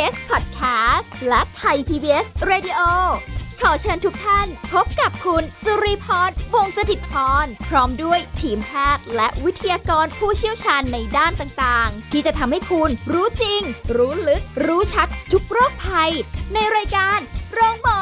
PBS Podcast และ Thai PBS Radio ขอเชิญทุกท่านพบกับคุณสุริพร วงศ์สถิตย์พรพร้อมด้วยทีมแพทย์และวิทยากรผู้เชี่ยวชาญในด้านต่างๆที่จะทำให้คุณรู้จริงรู้ลึกรู้ชัดทุกโรคภัยในรายการโรงหมอ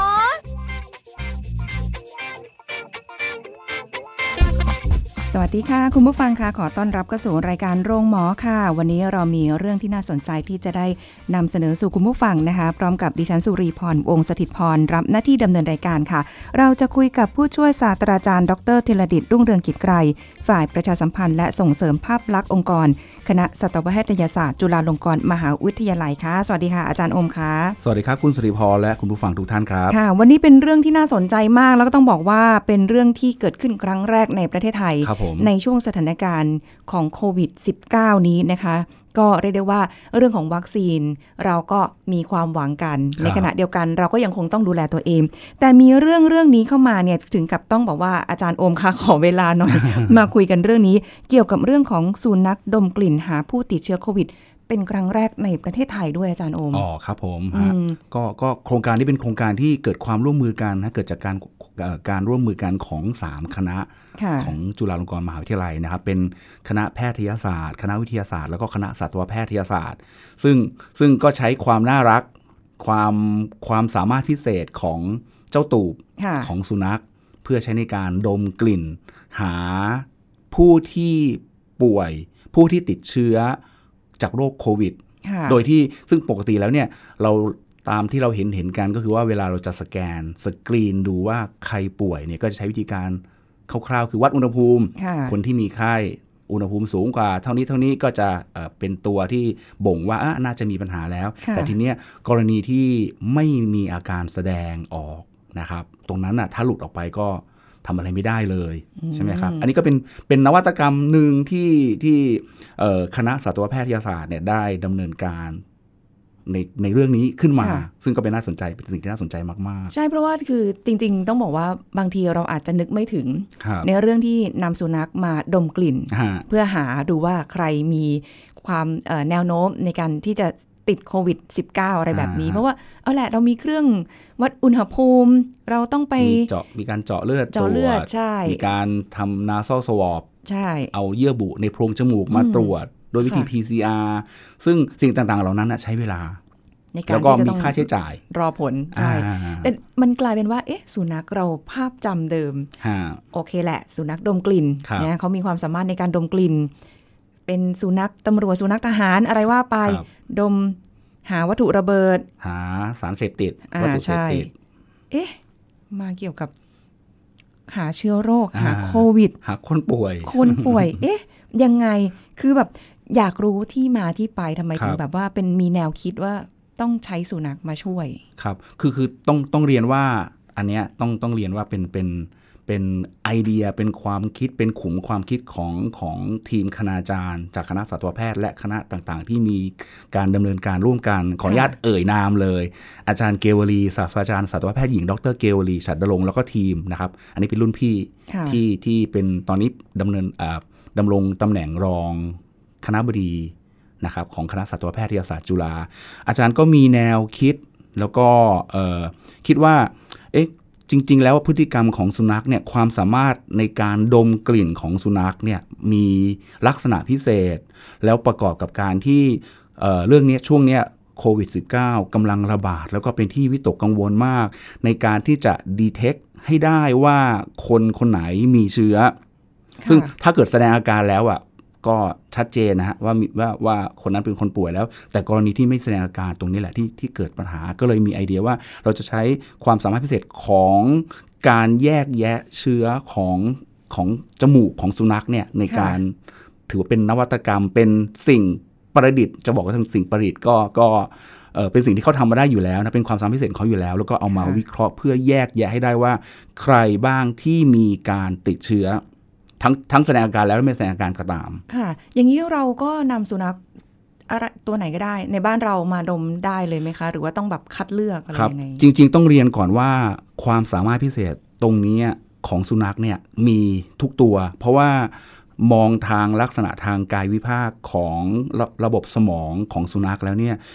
สวัสดีค่ะคุณผู้ฟังค่ะขอต้อนรับเข้าสู่รายการโรงหมอค่ะวันนี้เรามีเรื่องที่น่าสนใจที่จะได้นำเสนอสู่คุณผู้ฟังนะคะพร้อมกับดิฉันสุรีพร วงศ์สถิตย์พรรับหน้าที่ดำเนินรายการค่ะเราจะคุยกับผู้ช่วยศาสตราจารย์ดร.ธีรดิษฐ์รุ่งเรืองกิจไกรฝ่ายประชาสัมพันธ์และส่งเสริมภาพลักษณ์องค์กรคณะสัตวแพทยศาสตร์จุฬาลงกรณ์มหาวิทยาลัยค่ะสวัสดีค่ะอาจารย์อมค่ะสวัสดีครับคุณสุริพรและคุณผู้ฟังทุกท่านครับค่ะวันนี้เป็นเรื่องที่น่าสนใจมากแล้วก็ต้องบอกว่าเป็นเรื่องที่เกิดขึ้นครั้งแรกในประเทศไทยในช่วงสถานการณ์ของโควิด -19 นี้นะคะก็เรียกได้ว่าเรื่องของวัคซีนเราก็มีความหวังกันในขณะเดียวกันเราก็ยังคงต้องดูแลตัวเองแต่มีเรื่องนี้เข้ามาเนี่ยถึงกับต้องบอกว่าอาจารย์โอมคะขอเวลาหน่อย มาคุยกันเรื่องนี้เกี่ยวกับเรื่องของสุนัขดมกลิ่นหาผู้ติดเชื้อโควิดเป็นครั้งแรกในประเทศไทยด้วยอาจารย์โอมครับผมก็โครงการนี้เป็นโครงการที่เกิดความร่วมมือกันนะเกิดจากการร่วมมือกันของ3คณะของจุฬาลงกรณ์มหาวิทยาลัยนะครับเป็นคณะแพทยศาสตร์คณะวิทยาศาสตร์แล้วก็คณะสัตวแพทยศาสตร์ซึ่งก็ใช้ความน่ารักความสามารถพิเศษของเจ้าตูบของสุนัขเพื่อใช้ในการดมกลิ่นหาผู้ที่ป่วยผู้ที่ติดเชื้อจากโรคโควิดโดยที่ซึ่งปกติแล้วเนี่ยเราตามที่เราเห็นกันก็คือว่าเวลาเราจะสกรีนดูว่าใครป่วยเนี่ยก็จะใช้วิธีการคร่าวๆคือวัดอุณหภูมิคนที่มีไข้อุณหภูมิสูงกว่าเท่านี้ก็จะเป็นตัวที่บ่งว่าน่าจะมีปัญหาแล้วแต่ทีเนี้ยกรณีที่ไม่มีอาการแสดงออกนะครับตรงนั้นน่ะถ้าหลุดออกไปก็ทำอะไรไม่ได้เลยใช่ไหมครับอันนี้ก็เป็นนวัตกรรมหนึ่งที่คณะสัตวแพทยศาสตร์เนี่ยได้ดำเนินการในเรื่องนี้ขึ้นมาซึ่งก็เป็นน่าสนใจเป็นสิ่งที่น่าสนใจมากๆใช่เพราะว่าคือจริงๆต้องบอกว่าบางทีเราอาจจะนึกไม่ถึงในเรื่องที่นำสุนัขมาดมกลิ่นเพื่อหาดูว่าใครมีความแนวโน้มในการที่จะติดโควิด -19 อะไรแบบนี้เพราะว่าเอาแหละเรามีเครื่องวัดอุณหภูมิเราต้องไปมีการเจาะเลือดใช่มีการทำ nasal swab ใช่เอาเยื่อบุในโพรงจมูกมาตรวจโดยวิธี PCR ซึ่งสิ่งต่างๆเหล่านั้นใช้เวลาแล้วก็มีค่าใช้จ่ายรอผลใช่แต่มันกลายเป็นว่าสุนัขเราภาพจำเดิมโอเคแหละสุนัขดมกลิ่นนะเขามีความสามารถในการดมกลิ่นเป็นสุนัขตำรวจสุนัขทหารอะไรว่าไปดมหาวัตถุระเบิดหาสารเสพติดวัตถุเสพติดมาเกี่ยวกับหาเชื้อโรคหาโควิดหาคนป่วยยังไงคือแบบอยากรู้ที่มาที่ไปทำไมถึงแบบว่าเป็นมีแนวคิดว่าต้องใช้สุนัขมาช่วยครับคือต้องเรียนว่าอันเนี้ยต้องเรียนว่าเป็นไอเดียเป็นความคิดเป็นขุมความคิดของทีมคณาจารย์จากคณะสัตวแพทย์และคณะต่างๆที่มีการดำเนินการร่วมกันขออนุญาตเอ่ยนามเลยอาจารย์เกวลีศาสตราจารย์สัตวแพทย์หญิงดร.เกวลีฉัตรดลงค์แล้วก็ทีมนะครับอันนี้เป็นรุ่นพี่ที่เป็นตอนนี้ดำรงตำแหน่งรองคณบดีนะครับของคณะสัตวแพทยศาสตร์จุฬาอาจารย์ก็มีแนวคิดแล้วก็คิดว่าจริงๆแล้วพฤติกรรมของสุนัขเนี่ยความสามารถในการดมกลิ่นของสุนัขเนี่ยมีลักษณะพิเศษแล้วประกอบกับการที่เรื่องนี้ช่วงนี้โควิด -19 กำลังระบาดแล้วก็เป็นที่วิตกกังวลมากในการที่จะดีเทคให้ได้ว่าคนไหนมีเชื้อซึ่งถ้าเกิดแสดงอาการแล้วก็ชัดเจนนะฮะว่าคนนั้นเป็นคนป่วยแล้วแต่กรณีที่ไม่แสดงอาการตรงนี้แหละที่เกิดปัญหาก็เลยมีไอเดียว่าเราจะใช้ความสามารถพิเศษของการแยกแยะเชื้อของจมูกของสุนัขเนี่ยในการถือว่าเป็นนวัตกรรมเป็นสิ่งประดิษฐ์จะบอกว่าสิ่งประดิษฐ์ก็เป็นสิ่งที่เขาทำมาได้อยู่แล้วนะเป็นความสามารถพิเศษของเขาอยู่แล้วแล้วก็เอามาวิเคราะห์เพื่อแยกแยะให้ได้ว่าใครบ้างที่มีการติดเชื้อทั้งแสดงอาการแล้วไม่แสดงอาการก็ตามค่ะอย่างนี้เราก็นำสุนัขอะไรตัวไหนก็ได้ในบ้านเรามาดมได้เลยไหมคะหรือว่าต้องแบบคัดเลือกอะไรยังไงจริงๆต้องเรียนก่อนว่าความสามารถพิเศษตรงนี้ของสุนัขเนี่ยมีทุกตัวเพราะว่ามองทางลักษณะทางกายวิภาคของระบบสมองของสุนัขแล้วเนี่ย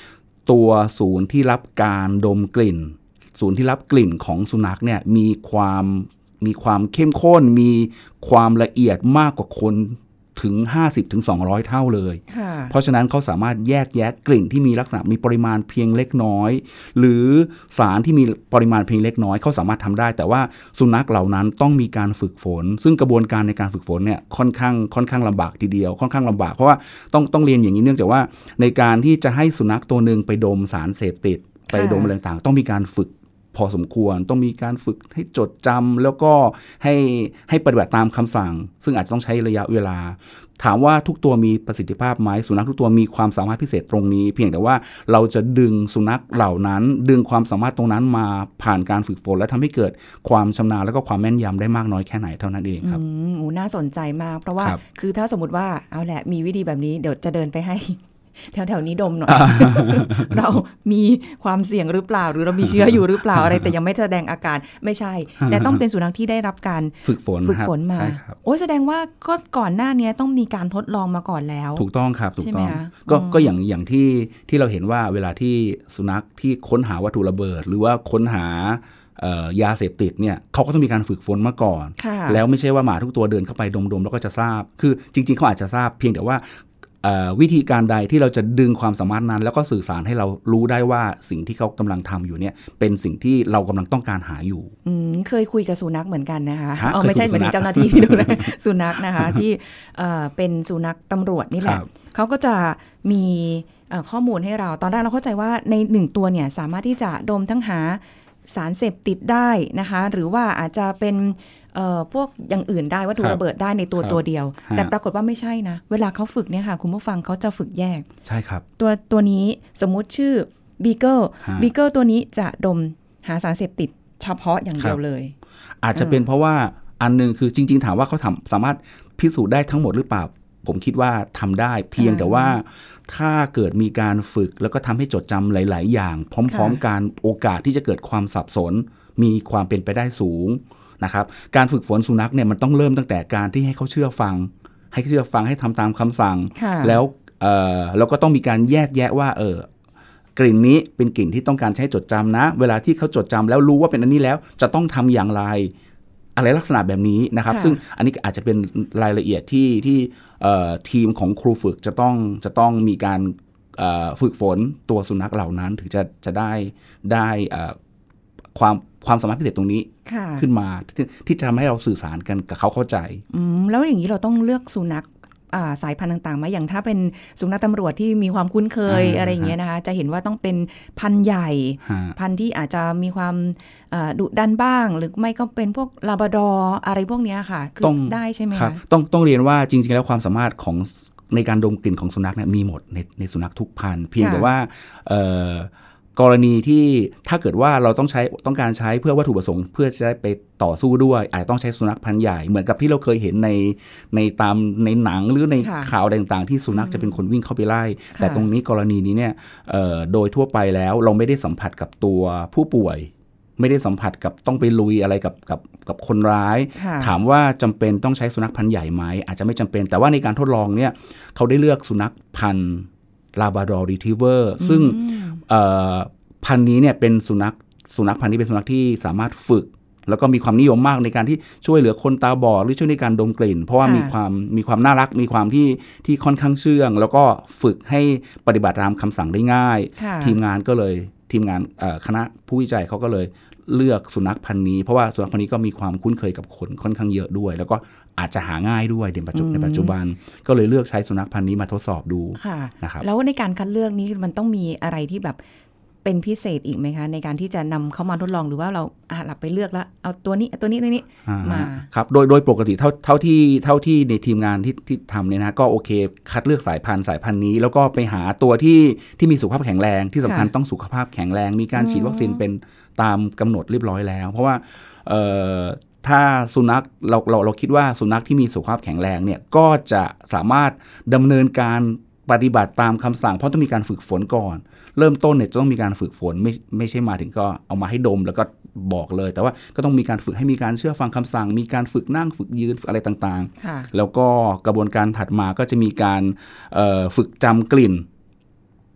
ตัวศูนย์ที่รับการดมกลิ่นศูนย์ที่รับกลิ่นของสุนัขเนี่ยมีความเข้มข้นมีความละเอียดมากกว่าคนถึง 50-200 เท่าเลยเพราะฉะนั้นเขาสามารถแยกแยะกลิ่นที่มีลักษณะมีปริมาณเพียงเล็กน้อยหรือสารที่มีปริมาณเพียงเล็กน้อยเขาสามารถทำได้แต่ว่าสุนัขเหล่านั้นต้องมีการฝึกฝนซึ่งกระบวนการในการฝึกฝนเนี่ยค่อนข้างลำบากทีเดียวค่อนข้างลำบากเพราะว่าต้องเรียนอย่างนี้เนื่องจากว่าในการที่จะให้สุนัขตัวนึงไปดมสารเสพติดไปดมอะไรต่างๆต้องมีการฝึกพอสมควรต้องมีการฝึกให้จดจำแล้วก็ให้ปฏิบัติตามคำสั่งซึ่งอาจจะต้องใช้ระยะเวลาถามว่าทุกตัวมีประสิทธิภาพไหมสุนัขทุกตัวมีความสามารถพิเศษตรงนี้เพียงแต่ว่าเราจะดึงสุนัขเหล่านั้นดึงความสามารถตรงนั้นมาผ่านการฝึกฝนและทำให้เกิดความชำนาญแล้วก็ความแม่นยำได้มากน้อยแค่ไหนเท่านั้นเองครับน่าสนใจมากเพราะว่าคือถ้าสมมติว่าเอาแหละมีวิธีแบบนี้เดี๋ยวจะเดินไปให้แถวๆนี้ดมหน่อย เรามีความเสี่ยงหรือเปล่าหรือเรามีเชื้ออยู่หรือเปล่าอะไรแต่ยังไม่แสดงอาการไม่ใช่แต่ต้องเป็นสุนัขที่ได้รับการฝึกฝนมาโอ้แสดงว่าก็ก่อนหน้านี้ต้องมีการทดลองมาก่อนแล้วถูกต้องครับถูกต้องก็อย่างที่เราเห็นว่าเวลาที่สุนัขที่ค้นหาวัตถุระเบิดหรือว่าค้นหายาเสพติดเนี่ยเขาก็ต้องมีการฝึกฝนมาก่อนแล้วไม่ใช่ว่าหมาทุกตัวเดินเข้าไปดมๆแล้วก็จะทราบคือจริงๆเขาอาจจะทราบเพียงแต่ว่าวิธีการใดที่เราจะดึงความสามารถนั้นแล้วก็สื่อสารให้เรารู้ได้ว่าสิ่งที่เขากำลังทำอยู่เนี่ยเป็นสิ่งที่เรากำลังต้องการหาอยู่เคยคุยกับสุนัขเหมือนกันนะคะไม่ใช่เหมือนเจ้าหน้าที่ที่ดูแลสุนัขนะคะที่เป็นสุนัขตำรวจนี่แหละเขาก็จะมีข้อมูลให้เราตอนแรกเราเข้าใจว่าใน1ตัวเนี่ยสามารถที่จะดมทั้งหาสารเสพติดได้นะคะหรือว่าอาจจะเป็นพวกอย่างอื่นได้วัตถุระเบิดได้ในตัวเดียวแต่ปรากฏว่าไม่ใช่นะเวลาเขาฝึกเนี่ยค่ะคุณผู้ฟังเขาจะฝึกแยกใช่ครับตัวนี้สมมุติชื่อบีเกิลตัวนี้จะดมหาสารเสพติดเฉพาะอย่างเดียวเลยอาจจะเป็นเพราะว่าอันนึงคือจริงๆถามว่าเขาสามารถพิสูจน์ได้ทั้งหมดหรือเปล่าผมคิดว่าทำได้เพียงแต่ว่าถ้าเกิดมีการฝึกแล้วก็ทำให้จดจำหลายๆอย่างพร้อมๆกันโอกาสที่จะเกิดความสับสนมีความเป็นไปได้สูงนะครับการฝึกฝนสุนัขเนี่ยมันต้องเริ่มตั้งแต่การที่ให้เขาเชื่อฟังให้ทำตามคำสั่งแล้วเราก็ต้องมีการแยกแยะว่ากลิ่นนี้เป็นกลิ่นที่ต้องการใช้จดจำนะเวลาที่เขาจดจำแล้วรู้ว่าเป็นอันนี้แล้วจะต้องทำอย่างไรอะไรลักษณะแบบนี้นะครับซึ่งอันนี้อาจจะเป็นรายละเอียดที่ทีมของครูฝึกจะต้องมีการฝึกฝนตัวสุนัขเหล่านั้นถึงจะได้ความสามารถพิเศษตรงนี้ขึ้นมาที่จะทำให้เราสื่อสารกันกับเขาเข้าใจแล้วอย่างนี้เราต้องเลือกสุนัขสายพันธุ์ต่างๆไหมอย่างถ้าเป็นสุนัขตำรวจที่มีความคุ้นเคยอะไรอย่างเงี้ยนะคะจะเห็นว่าต้องเป็นพันธุ์ใหญ่พันธุ์ที่อาจจะมีความดุดันบ้างหรือไม่ก็เป็นพวกลาบราดอร์อะไรพวกนี้ค่ะคือได้ใช่ไหมคะต้องเรียนว่าจริงๆแล้วความสามารถของในการดมกลิ่นของสุนัขเนี่ยมีหมดในสุนัขทุกพันธุ์เพียงแต่ว่ากรณีที่ถ้าเกิดว่าเราต้องการใช้เพื่อวัตถุประสงค์เพื่อจะได้ไปต่อสู้ด้วยอาจจะต้องใช้สุนัขพันธุ์ใหญ่เหมือนกับที่เราเคยเห็นในหนังหรือในข่าวต่างๆที่สุนัขจะเป็นคนวิ่งเข้าไปไล่แต่ตรงนี้กรณีนี้เนี่ยโดยทั่วไปแล้วเราไม่ได้สัมผัสกับตัวผู้ป่วยไม่ได้สัมผัสกับต้องไปลุยอะไรกับคนร้ายถามว่าจำเป็นต้องใช้สุนัขพันธุ์ใหญ่ไหมอาจจะไม่จำเป็นแต่ว่าในการทดลองเนี่ยเขาได้เลือกสุนัขพันธุ์ลาบราดอร์รีทรีเวอร์ซึ่งพันธุ์นี้เนี่ยเป็นสุนัขพันธุ์นี้เป็นสุนัขที่สามารถฝึกแล้วก็มีความนิยมมากในการที่ช่วยเหลือคนตาบอดหรือช่วยในการดมกลิ่นเพราะว่ามีความน่ารักมีความที่ค่อนข้างเชื่องแล้วก็ฝึกให้ปฏิบัติตามคำสั่งได้ง่ายทีมงานคณะผู้วิจัยเขาก็เลยเลือกสุนัขพันธุ์นี้เพราะว่าสุนัขพันธุ์นี้ก็มีความคุ้นเคยกับคนค่อนข้างเยอะด้วยแล้วก็อาจจะหาง่ายด้วยในปัจจุบันก็เลยเลือกใช้สุนัขพันธุ์นี้มาทดสอบดูนะครับแล้วในการคัดเลือกนี้มันต้องมีอะไรที่แบบเป็นพิเศษอีกไหมคะในการที่จะนำเข้ามาทดลองหรือว่าเราหลับไปเลือกแล้วเอาตัวนี้มาครับโดยปกติเท่าที่ในทีมงานที่ทำเนี่ยนะก็โอเคคัดเลือกสายพันธุ์นี้แล้วก็ไปหาตัวที่มีสุขภาพแข็งแรงที่สำคัญต้องสุขภาพแข็งแรงมีการฉีดวัคซีนเป็นตามกำหนดเรียบร้อยแล้วเพราะว่าถ้าสุนัขเราคิดว่าสุนัขที่มีสุขภาพแข็งแรงเนี่ยก็จะสามารถดำเนินการปฏิบัติตามคำสั่งเพราะต้องมีการฝึกฝนก่อนเริ่มต้นเนี่ยจะต้องมีการฝึกฝนไม่ใช่มาถึงก็เอามาให้ดมแล้วก็บอกเลยแต่ว่าก็ต้องมีการฝึกให้มีการเชื่อฟังคำสั่งมีการฝึกนั่งฝึกยืนฝึกอะไรต่างๆแล้วก็กระบวนการถัดมาก็จะมีการฝึกจำกลิ่น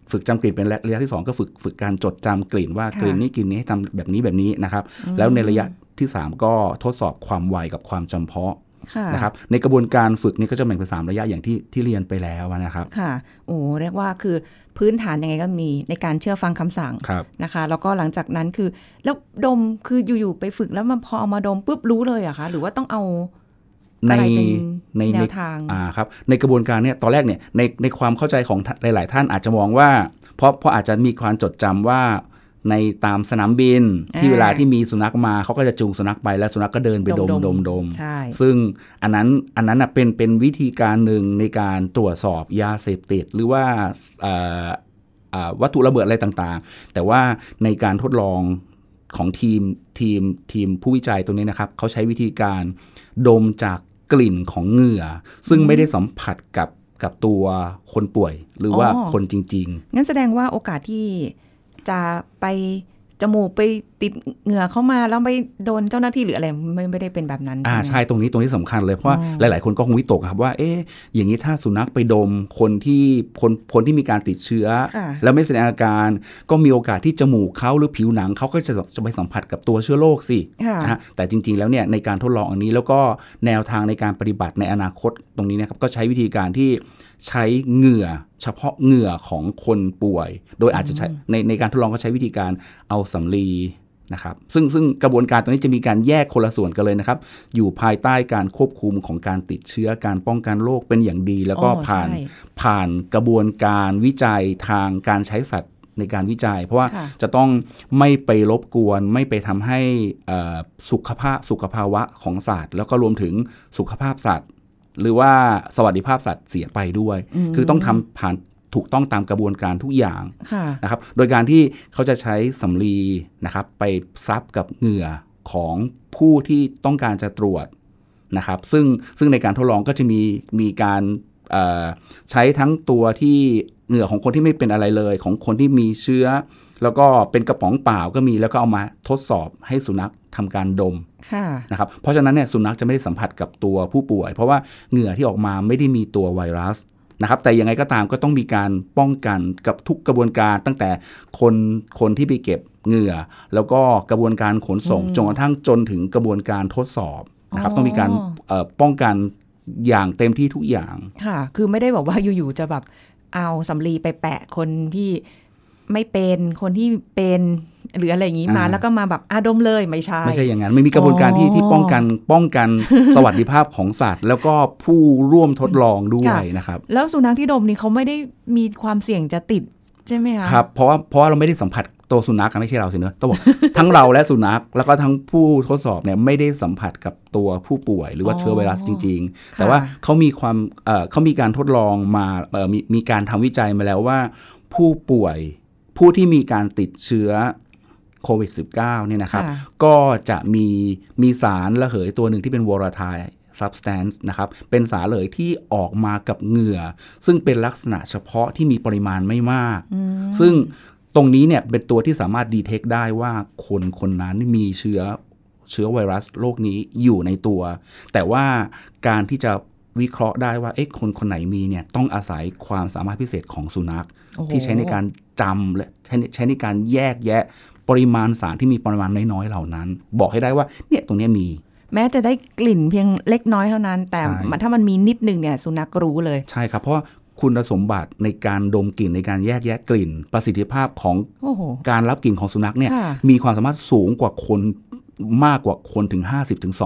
ฝึกจำกลิ่นเป็นระยะที่2ก็ฝึกการจดจำกลิ่นว่ากลิ่นนี้ให้ทำแบบนี้นะครับแล้วในระยะที่3ก็ทดสอบความไวกับความจำเพาะนะครับในกระบวนการฝึกนี้ก็จะแบ่งเป็น3ระยะอย่างที่เรียนไปแล้วนะครับค่ะโอ้เรียกว่าคือพื้นฐานยังไงก็มีในการเชื่อฟังคำสั่งนะคะแล้วก็หลังจากนั้นคือแล้วดมคืออยู่ๆไปฝึกแล้วมันพอเอามาดมปุ๊บรู้เลยอะคะหรือว่าต้องเอาอะไรเป็นแนวทางครับในกระบวนการเนี่ยตอนแรกเนี่ยในความเข้าใจของหลายๆท่านอาจจะมองว่าเพราะอาจจะมีความจดจำว่าในตามสนามบินที่เวลาที่มีสุนัขมาเขาก็จะจูงสุนัขไปแล้วสุนัขก็เดินไปดมซึ่งอันนั้นเป็นวิธีการหนึ่งในการตรวจสอบยาเสพติดหรือว่าวัตถุระเบิดอะไรต่างๆแต่ว่าในการทดลองของทีมผู้วิจัยตรงนี้นะครับเขาใช้วิธีการดมจากกลิ่นของเหงื่อซึ่งไม่ได้สัมผัสกับตัวคนป่วยหรือว่าคนจริงๆงั้นแสดงว่าโอกาสที่จะไปจมูกไปติดเหงื่อเข้ามาแล้วไปโดนเจ้าหน้าที่หรืออะไรไม่ได้เป็นแบบนั้นใช่ตรงนี้สำคัญเลยเพราะว่าหลายๆคนก็คงวิตกครับว่าอย่างนี้ถ้าสุนัขไปดมคนที่มีการติดเชื้อแล้วไม่แสดงอาการก็มีโอกาสที่จมูกเขาหรือผิวหนังเขาก็จะไปสัมผัสกับตัวเชื้อโรคสินะแต่จริงๆแล้วเนี่ยในการทดลองอันนี้แล้วก็แนวทางในการปฏิบัติในอนาคตตรงนี้นะครับก็ใช้วิธีการที่ใช้เหงื่อเฉพาะเหงื่อของคนป่วยโดยอาจจะใช้ในการทดลองก็ใช้วิธีการเอาสำลีนะครับซึ่งกระบวนการตรงนี้จะมีการแยกคนละส่วนกันเลยนะครับอยู่ภายใต้การควบคุมของการติดเชื้อการป้องกันโรคเป็นอย่างดีแล้วก็ผ่านกระบวนการวิจัยทางการใช้สัตว์ในการวิจัยเพราะว่าจะต้องไม่ไปรบกวนไม่ไปทำให้สุขภาวะของสัตว์แล้วก็รวมถึงสุขภาพสัตว์หรือว่าสวัสดิภาพสัตว์เสียไปด้วยคือต้องทำผ่านถูกต้องตามกระบวนการทุกอย่างนะครับโดยการที่เขาจะใช้สำลีนะครับไปซับกับเหงื่อของผู้ที่ต้องการจะตรวจนะครับซึ่งในการทดลองก็จะมีการใช้ทั้งตัวที่เหงื่อของคนที่ไม่เป็นอะไรเลยของคนที่มีเชื้อแล้วก็เป็นกระป๋องเปล่าก็มีแล้วก็เอามาทดสอบให้สุนัขทำการดมนะครับเพราะฉะนั้นเนี่ยสุนัขจะไม่ได้สัมผัสกับตัวผู้ป่วยเพราะว่าเหงื่อที่ออกมาไม่ได้มีตัวไวรัสนะครับแต่ยังไงก็ตามก็ต้องมีการป้องกันกับทุกกระบวนการตั้งแต่คนที่ไปเก็บเหงื่อแล้วก็กระบวนการขนส่งจนกระทั่งจนถึงกระบวนการทดสอบนะครับต้องมีการป้องกันอย่างเต็มที่ทุกอย่างค่ะคือไม่ได้บอกว่าอยู่ๆจะแบบเอาสำลีไปแปะคนที่ไม่เป็นคนที่เป็นหรืออะไรอย่างนี้มาแล้วก็มาแบบดมเลยไม่ใช่อย่างนั้นไม่มีกระบวนการที่ป้องกันสวัสดิภาพของสัตว์แล้วก็ผู้ร่วมทดลองด้วยนะครับแล้วสุนัขที่ดมนี่เขาไม่ได้มีความเสี่ยงจะติดใช่ไหมคะครับเพราะว่าเราไม่ได้สัมผัสตัวสุนัขไม่ใช่เราสิเนอะต้องบอก ทั้งเราและสุนัขแล้วก็ทั้งผู้ทดสอบเนี่ยไม่ได้สัมผัสกับตัวผู้ป่วยหรือว่าเชื้อไวรัสจริงๆแต่ว่าเขามีการทดลองมามีการทำวิจัยมาแล้วว่าผู้ที่มีการติดเชื้อโควิด -19 เนี่ยนะครับก็จะมีสารระเหยตัวหนึ่งที่เป็น volatile substance นะครับเป็นสารระเหยที่ออกมากับเหงื่อซึ่งเป็นลักษณะเฉพาะที่มีปริมาณไม่มากซึ่งตรงนี้เนี่ยเป็นตัวที่สามารถดีเทคได้ว่าคนนั้นมีเชื้อไวรัสโรคนี้อยู่ในตัวแต่ว่าการที่จะวิเคราะห์ได้ว่าคนไหนมีเนี่ยต้องอาศัยความสามารถพิเศษของสุนัขที่ใช้ในการจำและใช้ในการแยกแยะปริมาณสารที่มีปริมาณน้อยๆเหล่านั้นบอกให้ได้ว่าเนี่ยตรงนี้มีแม้จะได้กลิ่นเพียงเล็กน้อยเท่านั้นแต่ถ้ามันมีนิดนึงเนี่ยสุนัขรู้เลยใช่ครับเพราะคุณสมบัติในการดมกลิ่นในการแยกแยะกลิ่นประสิทธิภาพของการรับกลิ่นของสุนัขเนี่ยมีความสามารถสูงกว่าคนมากกว่าคนถึง50ถึง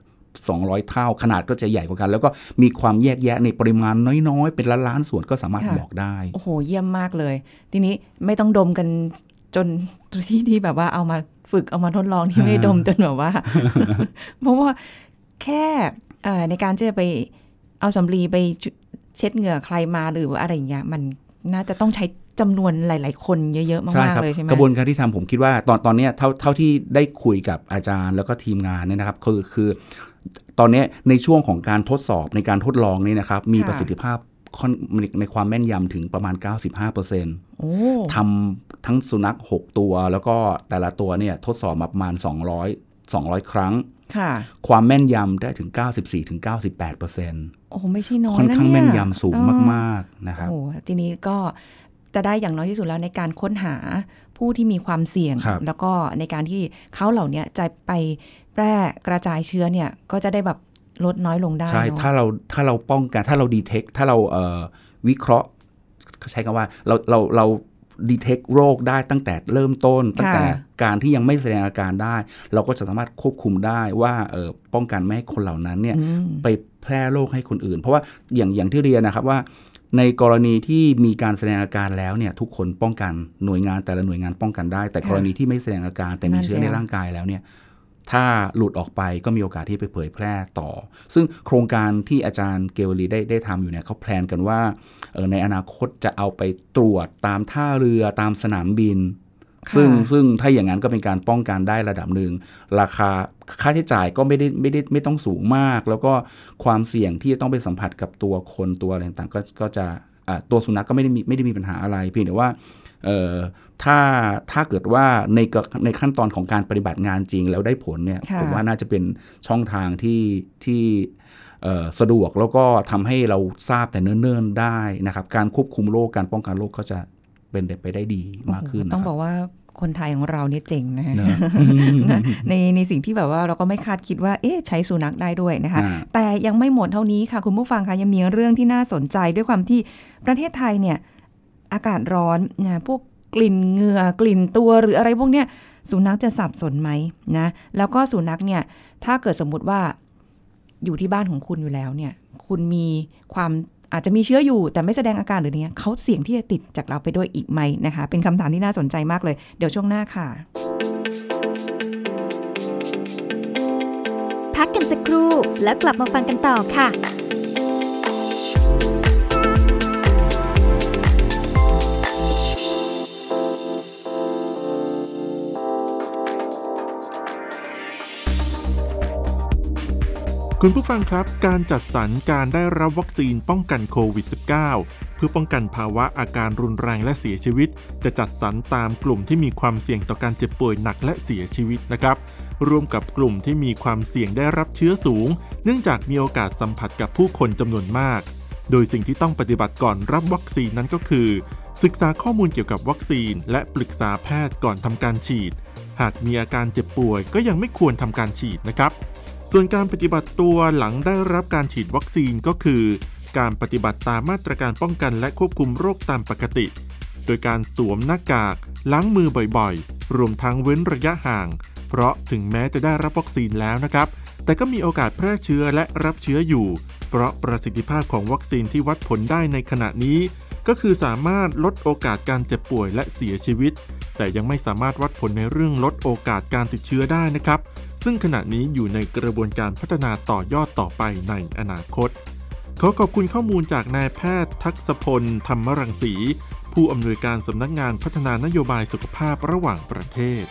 200เท่าขนาดก็จะใหญ่กว่ากันแล้วก็มีความแยกแยะในปริมาณน้อยๆเป็นล้านๆส่วนก็สามารถบอกได้โอ้โหเยี่ยมมากเลยทีนี้ไม่ต้องดมกันจนที่แบบว่าเอามาฝึกเอามาทดลองที่ไม่ดมจนแบบว่า เพราะว่าแค่ในการที่จะไปเอาสำลีไปเช็ดเหงื่อใครมาหรือว่าอะไรอย่างเงี้ยมันน่าจะต้องใช้จำนวนหลายๆคนเยอะๆมากๆเลยใช่ไหมกระบวนการที่ทำผมคิดว่าตอนนี้เท่าที่ได้คุยกับอาจารย์แล้วก็ทีมงานเนี่ยนะครับคือตอนนี้ในช่วงของการทดสอบในการทดลองนี่นะครับมีประสิทธิภาพในความแม่นยำถึงประมาณ 95% ทำทั้งสุนัข6ตัวแล้วก็แต่ละตัวเนี่ยทดสอบมาประมาณ200ครั้งความแม่นยำได้ถึง 94-98% โอ้ไม่ใช่น้อยนะเนี่ยค่อนข้างแม่นยำสูงมากๆนะครับโอ้ทีนี้ก็จะได้อย่างน้อยที่สุดแล้วในการค้นหาผู้ที่มีความเสี่ยงแล้วก็ในการที่เขาเหล่านี้จะไปแพร่กระจายเชื้อเนี่ยก็จะได้แบบลดน้อยลงได้ใช่ถ้าเราป้องกันถ้าเราดีเทคถ้าเราวิเคราะห์ใช้คำว่าเราดีเทคโรคได้ตั้งแต่เริ่มต้นตั้งแต่การที่ยังไม่แสดงอาการได้เราก็จะสามารถควบคุมได้ว่าป้องกันไม่ให้คนเหล่านั้นเนี่ยไปแพร่โรคให้คนอื่นเพราะว่าอย่างที่เรียนนะครับว่าในกรณีที่มีการแสดงอาการแล้วเนี่ยทุกคนป้องกันหน่วยงานแต่ละหน่วยงานป้องกันได้แต่กรณีที่ไม่แสดงอาการแต่มีเชื้อในร่างกายแล้วเนี่ยถ้าหลุดออกไปก็มีโอกาสที่ไปเผยแพร่ต่อซึ่งโครงการที่อาจารย์เกวลีได้ทำอยู่เนี่ยเขาแพลนกันว่าในอนาคตจะเอาไปตรวจตามท่าเรือตามสนามบินซึ่งถ้าอย่างนั้นก็เป็นการป้องกันได้ระดับหนึ่งราคาค่าใช้จ่ายก็ไม่ต้องสูงมากแล้วก็ความเสี่ยงที่จะต้องไปสัมผัสกับตัวคนตัวอะไรต่างๆก็จะตัวสุนัขก็ไม่ได้มีปัญหาอะไรเพียงแต่ว่าถ้าเกิดว่าในขั้นตอนของการปฏิบัติงานจริงแล้วได้ผลเนี่ยผมว่าน่าจะเป็นช่องทางที่สะดวกแล้วก็ทำให้เราทราบแต่เนิ่นๆได้นะครับการควบคุมโรคการป้องกันโรคก็จะเป็นไปได้ดีมากขึ้นต้องบอกว่าคนไทยของเราเนี่ยเจ๋งนะในสิ่งที่แบบว่าเราก็ไม่คาดคิดว่าใช้สุนัขได้ด้วยนะคะแต่ยังไม่หมดเท่านี้ค่ะคุณผู้ฟังคะยังมีเรื่องที่น่าสนใจด้วยความที่ประเทศไทยเนี่ยอากาศร้อนนะพวกกลิ่นเหงื่อกลิ่นตัวหรืออะไรพวกเนี้ยสุนัขจะสับสนไหมนะแล้วก็สุนัขเนี่ยถ้าเกิดสมมุติว่าอยู่ที่บ้านของคุณอยู่แล้วเนี่ยคุณมีความอาจจะมีเชื้ออยู่แต่ไม่แสดงอาการหรือเนี้ยเขาเสี่ยงที่จะติดจากเราไปด้วยอีกไหมนะคะเป็นคำถามที่น่าสนใจมากเลยเดี๋ยวช่วงหน้าค่ะพักกันสักครู่แล้วกลับมาฟังกันต่อค่ะคุณผู้ฟังครับการจัดสรรการได้รับวัคซีนป้องกันโควิด -19 เพื่อป้องกันภาวะอาการรุนแรงและเสียชีวิตจะจัดสรรตามกลุ่มที่มีความเสี่ยงต่อการเจ็บป่วยหนักและเสียชีวิตนะครับร่วมกับกลุ่มที่มีความเสี่ยงได้รับเชื้อสูงเนื่องจากมีโอกาสสัมผัสกับผู้คนจำนวนมากโดยสิ่งที่ต้องปฏิบัติก่อนรับวัคซีนนั้นก็คือศึกษาข้อมูลเกี่ยวกับวัคซีนและปรึกษาแพทย์ก่อนทำการฉีดหากมีอาการเจ็บป่วยก็ยังไม่ควรทำการฉีดนะครับส่วนการปฏิบัติตัวหลังได้รับการฉีดวัคซีนก็คือการปฏิบัติตามมาตรการป้องกันและควบคุมโรคตามปกติโดยการสวมหน้ากากล้างมือบ่อยๆรวมทั้งเว้นระยะห่างเพราะถึงแม้จะได้รับวัคซีนแล้วนะครับแต่ก็มีโอกาสแพร่เชื้อและรับเชื้ออยู่เพราะประสิทธิภาพของวัคซีนที่วัดผลได้ในขณะนี้ก็คือสามารถลดโอกาสการเจ็บป่วยและเสียชีวิตแต่ยังไม่สามารถวัดผลในเรื่องลดโอกาสการติดเชื้อได้นะครับซึ่งขณะนี้อยู่ในกระบวนการพัฒนาต่อยอดต่อไปในอนาคตขอขอบคุณข้อมูลจากนายแพทย์ทักษพลธรรมรังสีผู้อำนวยการสำนักงานพัฒนานโยบายสุขภาพระหว่างประเทศ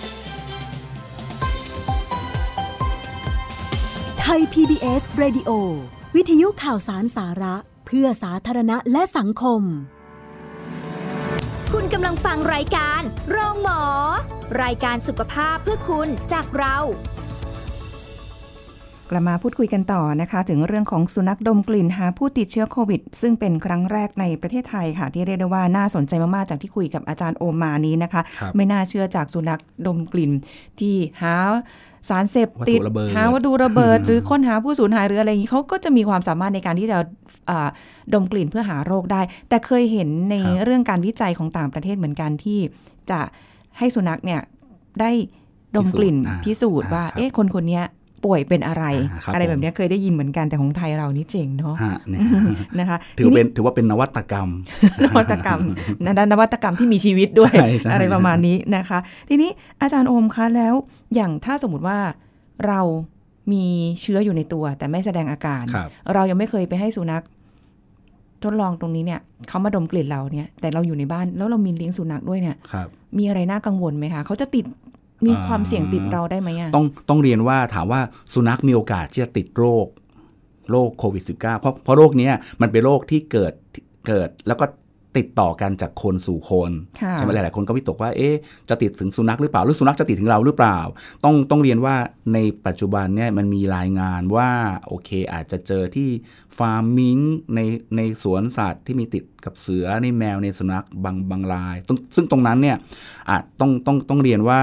ไทย PBS Radio วิทยุข่าวสารสาระเพื่อสาธารณะและสังคมคุณกำลังฟังรายการโรงหมอรายการสุขภาพเพื่อคุณจากเรากลับมาพูดคุยกันต่อนะคะถึงเรื่องของสุนัขดมกลิ่นหาผู้ติดเชื้อโควิดซึ่งเป็นครั้งแรกในประเทศไทยค่ะที่เรียกได้ว่าน่าสนใจมากๆจากที่คุยกับอาจารย์โอมมานี้นะคะไม่น่าเชื่อจากสุนัขดมกลิ่นที่หาสารเสพติดหาวัตถุระเบิด หรือค้นหาผู้สูญหายหรืออะไรอย่างนี้เขาก็จะมีความสามารถในการที่จะดมกลิ่นเพื่อหาโรคได้แต่เคยเห็นในเรื่องการวิจัยของต่างประเทศเหมือนกันที่จะให้สุนัขเนี่ยได้ดมกลิ่นพิสูจน์ว่าคนนี้ป่วยเป็นอะไรอะไรแบบนี้เคยได้ยินเหมือนกันแต่ของไทยเรานี่เจ๋งเนาะนะคะถือว่าเป็นนวัตกรรมนวัตกรรมที่มีชีวิตด้วยอะไรประมาณนี้นะคะทีนี้อาจารย์โอมคะแล้วอย่างถ้าสมมติว่าเรามีเชื้ออยู่ในตัวแต่ไม่แสดงอาการเรายังไม่เคยไปให้สุนัขทดลองตรงนี้เนี่ยเขามาดมกลิ่นเราเนี่ยแต่เราอยู่ในบ้านแล้วเรามีเลี้ยงสุนัขด้วยเนี่ยมีอะไรน่ากังวลไหมคะเขาจะติดมีความเสี่ยงติดเราได้ไหมอ่ะต้องเรียนว่าถามว่าสุนัขมีโอกาสที่จะติดโรคโควิด -19 เพราะโรคนี้มันเป็นโรคที่เกิดแล้วก็ติดต่อกันจากคนสู่คนใช่ไหมหลายๆคนก็วิตกว่าจะติดถึงสุนัขหรือเปล่าหรือสุนัขจะติดถึงเราหรือเปล่าต้องเรียนว่าในปัจจุบันเนี่ยมันมีรายงานว่าโอเคอาจจะเจอที่ฟาร์มมิงในสวนสัตว์ที่มีติดกับเสือในแมวในสุนัขบางรายซึ่งตรงนั้นเนี่ยต้องเรียนว่า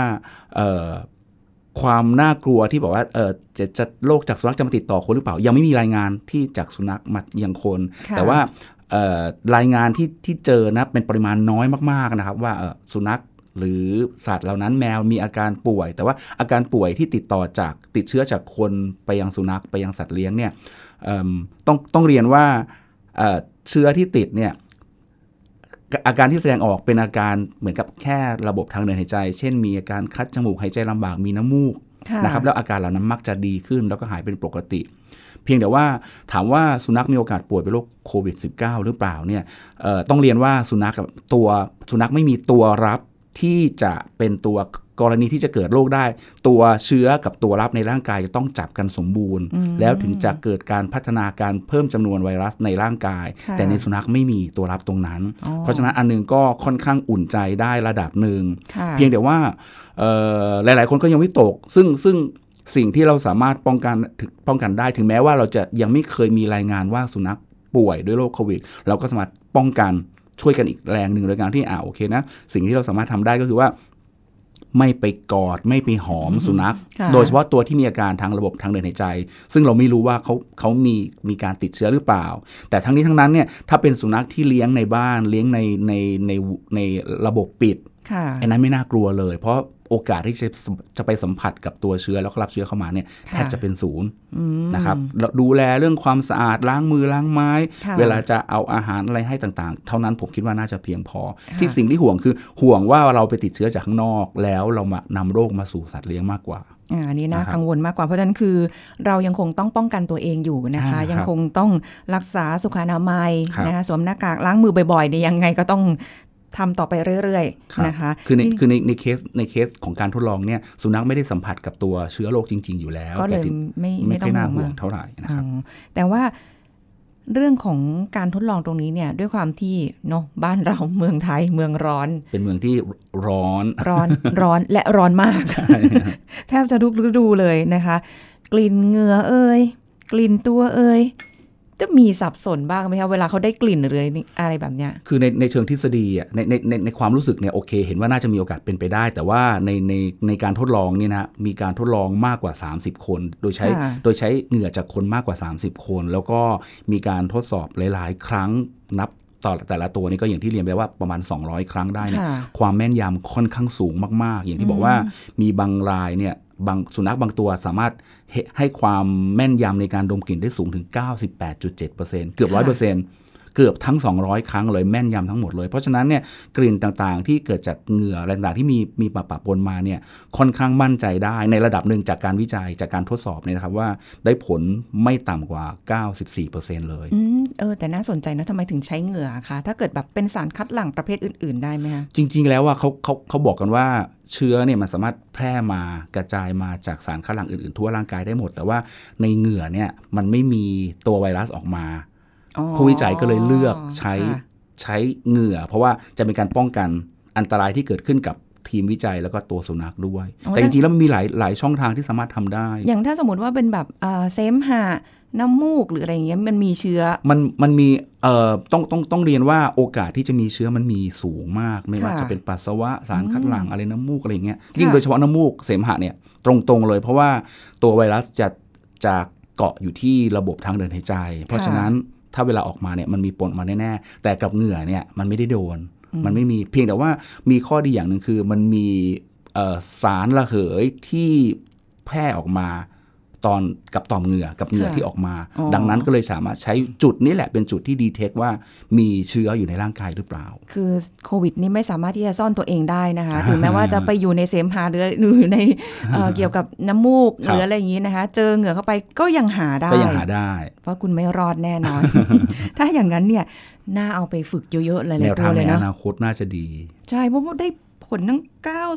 ความน่ากลัวที่บอกว่าจะโรคจากสุนัขจะมาติดต่อคนหรือเปล่ายังไม่มีรายงานที่จากสุนัขมายังคนแต่ว่ารายงานที่เจอนะเป็นปริมาณน้อยมากๆนะครับว่าสุนัขหรือสัตว์เหล่านั้นแมวมีอาการป่วยแต่ว่าอาการป่วยที่ติดเชื้อจากคนไปยังสุนัขไปยังสัตว์เลี้ยงเนี่ยต้องเรียนว่าเชื้อที่ติดเนี่ยอาการที่แสดงออกเป็นอาการเหมือนกับแค่ระบบทางเดินหายใจเช่นมีอาการคัดจมูกหายใจลำบากมีน้ำมูกนะครับแล้วอาการเหล่านั้นมักจะดีขึ้นแล้วก็หายเป็นปกติเพียงแต่ว่าถามว่าสุนัขมีโอกาสป่วยเป็นโรคโควิด -19 หรือเปล่าเนี่ยต้องเรียนว่าสุนัขไม่มีตัวรับที่จะเป็นตัวกรณีที่จะเกิดโรคได้ตัวเชื้อกับตัวรับในร่างกายจะต้องจับกันสมบูรณ์แล้วถึงจะเกิดการพัฒนาการเพิ่มจำนวนไวรัสในร่างกายแต่ในสุนัขไม่มีตัวรับตรงนั้นเพราะฉะนั้นอันนึงก็ค่อนข้างอุ่นใจได้ระดับหนึ่งเพียงแต่ว่าหลายๆคนก็ยังวิตกซึ่งสิ่งที่เราสามารถป้องกันได้ถึงแม้ว่าเราจะยังไม่เคยมีรายงานว่าสุนัขป่วยด้วยโรคโควิดเราก็สามารถป้องกันช่วยกันอีกแรงหนึ่งโดยการที่โอเคนะสิ่งที่เราสามารถทำได้ก็คือว่าไม่ไปกอดไม่ไปหอมสุนัขโดยเฉพาะตัวที่มีอาการทางระบบทางเดินหายใจซึ่งเราไม่รู้ว่าเขามีการติดเชื้อหรือเปล่าแต่ทั้งนี้ทั้งนั้นเนี่ยถ้าเป็นสุนัขที่เลี้ยงในบ้านเลี้ยงในระบบปิดอันนั้นไม่น่ากลัวเลยเพราะโอกาสที่จะไปสัมผัสกับตัวเชื้อแล้วก็รับเชื้อเข้ามาเนี่ยแทบจะเป็นศูนย์นะครับดูแลเรื่องความสะอาดล้างมือล้างไม้เวลาจะเอาอาหารอะไรให้ต่างๆเท่านั้นผมคิดว่าน่าจะเพียงพอที่สิ่งที่ห่วงคือห่วงว่าเราไปติดเชื้อจากข้างนอกแล้วเรามานำโรคมาสู่สัตว์เลี้ยงมากกว่าอันนี้น่ากังวลมากกว่าเพราะฉะนั้นคือเรายังคงต้องป้องกันตัวเองอยู่นะคะยังคงต้องรักษาสุขอนามัยนะคะสวมหน้ากากล้างมือบ่อยๆเนี่ยยังไงก็ต้องทำต่อไปเรื่อยๆนะคะคือในเคสของการทดลองเนี่ยสุนัขไม่ได้สัมผัสกับตัวเชื้อโรคจริงๆอยู่แล้วก็เลยไม่ต้องห่วงเท่าไหร่นะครับแต่ว่าเรื่องของการทดลองตรงนี้เนี่ยด้วยความที่เนาะบ้านเราเมืองไทยเมืองร้อนเป็นเมืองที่ร้อนและร้อนมากแทบจะทุกฤดูเลยนะคะกลิ่นเหงื่อกลิ่นตัวจะมีสับสนบ้างไหมคะเวลาเขาได้กลิ่นหรืออะไรแบบเนี้ยคือในเชิงทฤษฎีอ่ะในความรู้สึกเนี่ยโอเคเห็นว่าน่าจะมีโอกาสเป็นไปได้แต่ว่าในการทดลองนี่นะมีการทดลองมากกว่า30คนโดยใช้เหงื่อจากคนมากกว่า30คนแล้วก็มีการทดสอบหลายๆครั้งนับต่อแต่ละตัวนี่ก็อย่างที่เรียนไปว่าประมาณ200ครั้งได้เนี่ยความแม่นยำค่อนข้างสูงมากๆอย่างที่บอกว่ามีบางรายเนี่ยบางสุนัขบางตัวสามารถให้ความแม่นยำในการดมกลิ่นได้สูงถึง 98.7% เกือบ 100% เกือบทั้ง200ครั้งเลยแม่นยำทั้งหมดเลยเพราะฉะนั้นเนี่ยกลิ่นต่างๆที่เกิดจากเหงื่ออะไรต่างๆที่มีปะปนมาเนี่ยค่อนข้างมั่นใจได้ในระดับหนึ่งจากการวิจัยจากการทดสอบเนี่ยนะครับว่าได้ผลไม่ต่ำกว่า 94% เลยแต่น่าสนใจนะทำไมถึงใช้เหงื่อคะถ้าเกิดแบบเป็นสารคัดหลั่งประเภทอื่นๆได้ไหมคะจริงๆแล้วว่าเขาบอกกันว่าเชื้อเนี่ยมันสามารถแพร่มากระจายมาจากสารคัดหลั่งอื่นๆทั่วร่างกายได้หมดแต่ว่าในเหงื่อเนี่ยมันไม่มีตัวไวรัสออกมาผู้วิจัยก็เลยเลือกใช้เหงื่อเพราะว่าจะเป็นการป้องกันอันตรายที่เกิดขึ้นกับทีมวิจัยแล้วก็ตัวสุนัขด้วยแต่จริงๆแล้วมันมีหลายช่องทางที่สามารถทำได้อย่างถ้าสมมติว่าเป็นแบบเสมหะน้ำมูกหรืออะไรอย่างเงี้ยมันมีเชื้อมันมีต้องเรียนว่าโอกาสที่จะมีเชื้อมันมีสูงมากไม่ว่าจะเป็นปัสสาวะสารคัดหลั่งอะไรน้ำมูกอะไรอย่างเงี้ยยิ่งโดยเฉพาะน้ำมูกเสมหะเนี่ยตรงๆเลยเพราะว่าตัวไวรัสจะเกาะอยู่ที่ระบบทางเดินหายใจเพราะฉะนั้นถ้าเวลาออกมาเนี่ยมันมีปนมาแน่ๆแต่กับเหงื่อเนี่ยมันไม่ได้โดนมันไม่มีเพียงแต่ว่ามีข้อดีอย่างนึงคือมันมีสารระเหยที่แพร่ออกมาตอนกับต่อมเหงื่อกับเหงื่อที่ออกมาดังนั้นก็เลยสามารถใช้จุดนี้แหละเป็นจุดที่ดีเทคว่ามีเชื้ออยู่ในร่างกายหรือเปล่าคือโควิดนี่ไม่สามารถที่จะซ่อนตัวเองได้นะคะถึงแม้ว่าจะไปอยู่ในเสมหะหรืออยู่ในเกี่ยวกับน้ำมูกหรืออะไรอย่างนี้นะคะเจอเหงื่อเข้าไปก็ยังหาได้เพราะคุณไม่รอดแน่นอน ถ้าอย่างนั้นเนี่ยน่าเอาไปฝึกเยอะๆเลยแนวทางในอนาคตน่าจะดีใช่เพราะว่าได้ผลตั้ง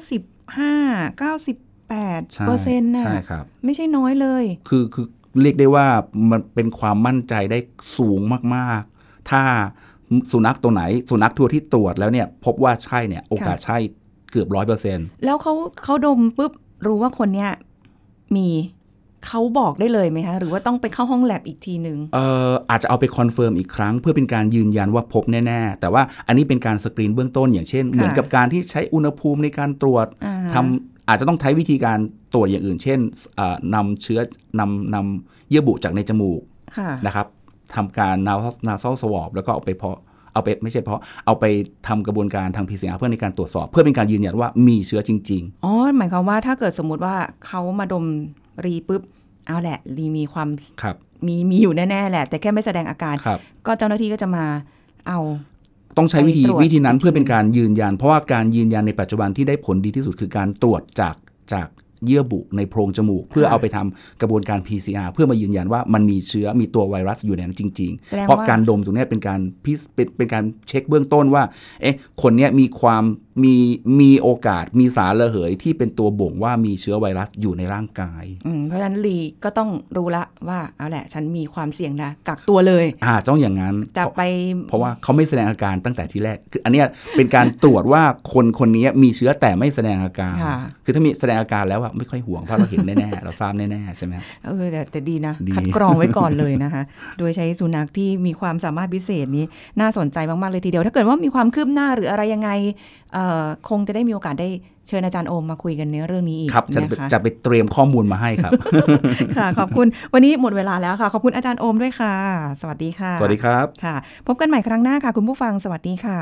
95-98%น่ะใช่ครับไม่ใช่น้อยเลยคือเรียกได้ว่ามันเป็นความมั่นใจได้สูงมากๆถ้าสุนัขตัวไหนสุนัขทั่วที่ตรวจแล้วเนี่ยพบว่าใช่เนี่ยโอกาสใช่เกือบ 100% แล้วเขาดมปุ๊บรู้ว่าคนเนี้ยมีเขาบอกได้เลยไหมคะหรือว่าต้องไปเข้าห้องแลบอีกทีนึงอาจจะเอาไปคอนเฟิร์มอีกครั้งเพื่อเป็นการยืนยันว่าพบแน่ๆแต่ว่าอันนี้เป็นการสกรีนเบื้องต้นอย่างเช่นเหมือนกับการที่ใช้อุณหภูมิในการตรวจอาจจะต้องใช้วิธีการตรวจอย่างอื่นเช่นนำเชื้อนำเยื่อบุจากในจมูกนะครับทำการ nasal swab แล้วก็เอาไปทำกระบวนการทาง PCR เพื่อในการตรวจสอบเพื่อเป็นการยืนยันว่ามีเชื้อจริงๆอ๋อหมายความว่าถ้าเกิดสมมุติว่าเขามาดมรีปุ๊บเอาแหละรีมีความมีอยู่แน่ๆแหละแต่แค่ไม่แสดงอาการก็เจ้าหน้าที่ก็จะมาเอาต้องใช้วิธีนั้นเพื่อเป็นการยืนยันเพราะว่าการยืนยันในปัจจุบันที่ได้ผลดีที่สุดคือการตรวจจากเยื่อบุในโพรงจมูกเพื่อเอาไปทำกระบวนการ PCR เพื่อมายืนยันว่ามันมีเชื้อมีตัวไวรัสอยู่ในนั้นจริงๆเพราะการดมตรงนี้เป็นการเช็คเบื้องต้นว่าคนนี้มีโอกาสมีสารระเหยที่เป็นตัวบ่งว่ามีเชื้อไวรัสอยู่ในร่างกายเพราะฉะนั้นลีก็ต้องรู้ละว่าเอาแหละฉันมีความเสี่ยงนะกักตัวเลยต้องอย่างนั้นเพราะว่าเขาไม่แสดงอาการตั้งแต่ที่แรกคืออันนี้เป็นการตรวจว่าคนนี้มีเชื้อแต่ไม่แสดงอาการคือถ้ามีแสดงอาการแล้วไม่ค่อยห่วงเพราะเราเห็นแน่ๆเราทราบแน่ๆใช่ไหมแต่ดีนะคัดกรองไว้ก่อนเลยนะคะโดยใช้สุนัขที่มีความสามารถพิเศษนี้น่าสนใจมากๆเลยทีเดียวถ้าเกิดว่ามีความคืบหน้าหรืออะไรยังไงคงจะได้มีโอกาสได้เชิญอาจารย์โอมมาคุยกันในเรื่องนี้อีกครับจะไปเตรียมข้อมูลมาให้ครับค่ะขอบคุณวันนี้หมดเวลาแล้วค่ะขอบคุณอาจารย์โอมด้วยค่ะสวัสดีค่ะสวัสดีครับค่ะพบกันใหม่ครั้งหน้าค่ะคุณผู้ฟังสวัสดีค่ะ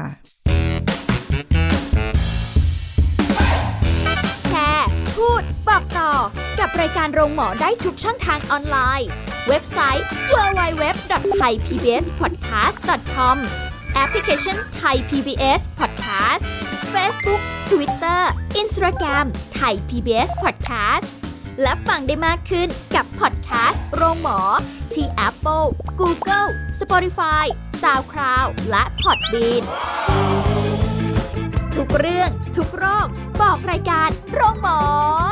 แชร์พูดบอกต่อกับรายการโรงหมอได้ทุกช่องทางออนไลน์เว็บไซต์ www.thaipbspodcast.com แอปพลิเคชัน Thai PBS Podcast Facebook Twitter Instagram Thai PBS Podcast และฟังได้มากขึ้นกับพอดแคสต์โรงหมอที่ Apple, Google, Spotify, SoundCloud และ Podbean ทุกเรื่องทุกโรคบอกรายการโรงหมอ